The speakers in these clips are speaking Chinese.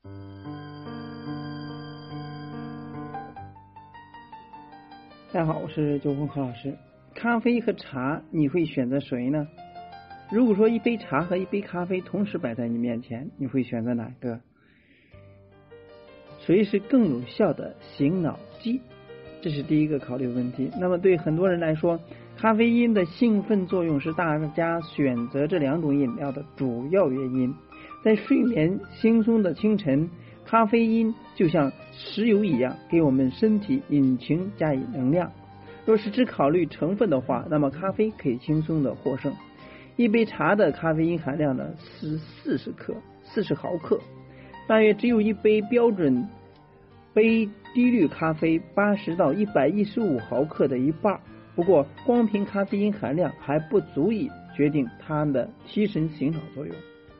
大家好，我是周峰何老师。咖啡和茶，你会选择谁呢？如果说一杯茶和一杯咖啡同时摆在你面前，你会选择哪个？谁是更有效的醒脑剂？这是第一个考虑问题。那么对很多人来说，咖啡因的兴奋作用是大家选择这两种饮料的主要原因。在睡眠轻松的清晨，咖啡因就像石油一样，给我们身体引擎加以能量。若是只考虑成分的话，那么咖啡可以轻松的获胜。一杯茶的咖啡因含量呢是40毫克，大约只有一杯标准杯低滤咖啡80到115毫克的一半。不过光凭咖啡因含量还不足以决定它的提神醒脑作用。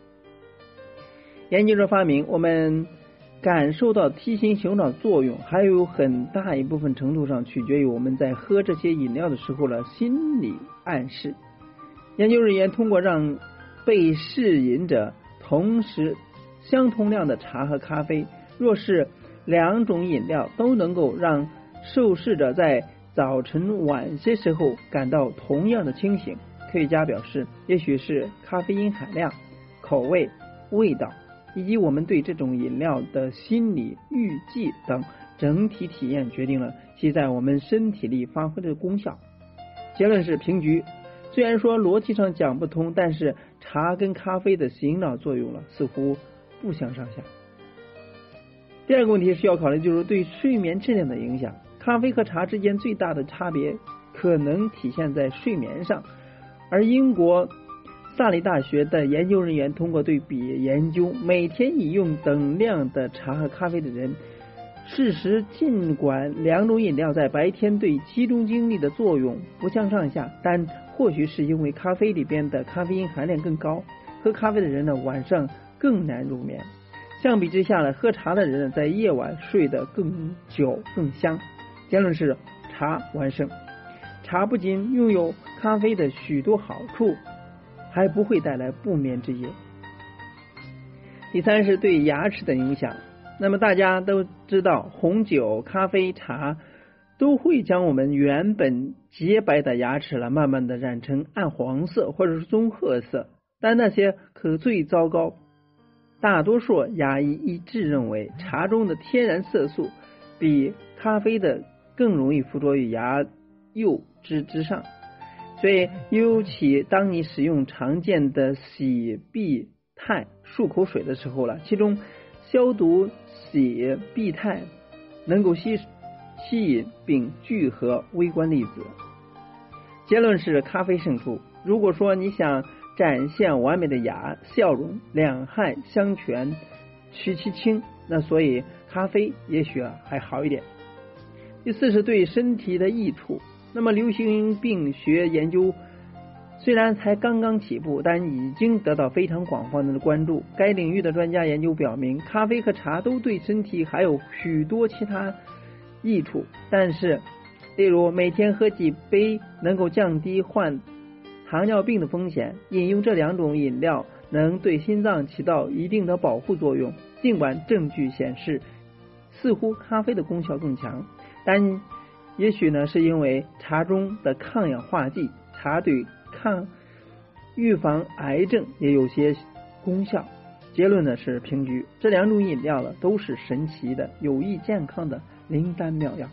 研究者发明，我们感受到提神醒脑作用还有很大一部分程度上取决于我们在喝这些饮料的时候的心理暗示。研究人员通过让被试饮者同时相同量的茶和咖啡，若是两种饮料都能够让受试者在早晨晚些时候感到同样的清醒，科学家表示，也许是咖啡因含量、口味、味道以及我们对这种饮料的心理预计等整体体验决定了其在我们身体里发挥的功效。结论是平局。虽然说逻辑上讲不通，但是茶跟咖啡的醒脑作用似乎不相上下。第二个问题需要考虑就是对睡眠质量的影响。咖啡和茶之间最大的差别可能体现在睡眠上，而英国萨里大学的研究人员通过对比研究每天饮用等量的茶和咖啡的人，事实尽管两种饮料在白天对集中精力的作用不相上下，但或许是因为咖啡里边的咖啡因含量更高，喝咖啡的人晚上更难入眠。相比之下喝茶的人在夜晚睡得更久更香。结论是茶完胜。茶不仅拥有咖啡的许多好处，还不会带来不眠之夜。第三是对牙齿的影响。那么大家都知道，红酒、咖啡、茶都会将我们原本洁白的牙齿慢慢的染成暗黄色或者是棕褐色，但那些可最糟糕。大多数牙医一致认为，茶中的天然色素比咖啡的更容易附着于牙釉质之上，所以尤其当你使用常见的洗必泰漱口水的时候其中消毒洗必泰能够吸引并聚合微观粒子。结论是咖啡胜出。如果说你想展现完美的笑容，两害相权取其轻，那所以咖啡也许还好一点。第四是对身体的益处。那么流行病学研究虽然才刚刚起步，但已经得到非常广泛的关注。该领域的专家研究表明，咖啡和茶都对身体还有许多其他益处，但是例如每天喝几杯能够降低患糖尿病的风险，饮用这两种饮料能对心脏起到一定的保护作用。尽管证据显示似乎咖啡的功效更强，但也许是因为茶中的抗氧化剂，茶对预防癌症也有些功效。结论是平局。这两种饮料都是神奇的有益健康的灵丹妙药。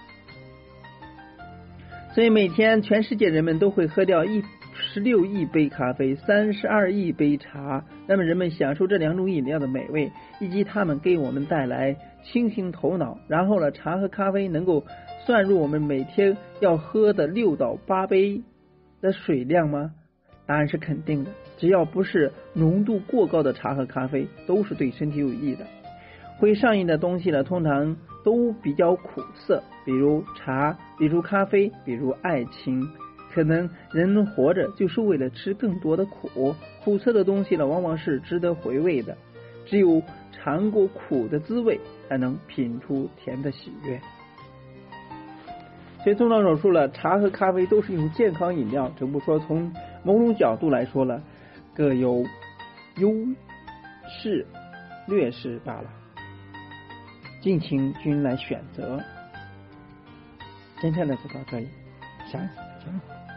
所以每天全世界人们都会喝掉16亿杯咖啡，32亿杯茶。那么人们享受这两种饮料的美味，以及它们给我们带来清醒头脑。然后茶和咖啡能够算入我们每天要喝的6到8杯的水量吗？答案是肯定的。只要不是浓度过高的茶和咖啡，都是对身体有益的。会上瘾的东西通常都比较苦涩，比如茶，比如咖啡，比如爱情。可能人活着就是为了吃更多的苦，苦涩的东西往往是值得回味的。只有尝过苦的滋味，才能品出甜的喜悦。所以综上所述茶和咖啡都是一种健康饮料，只不过说从某种角度来说各有优势劣势罢了，敬请君来选择。今天的就到这里，下一次再见。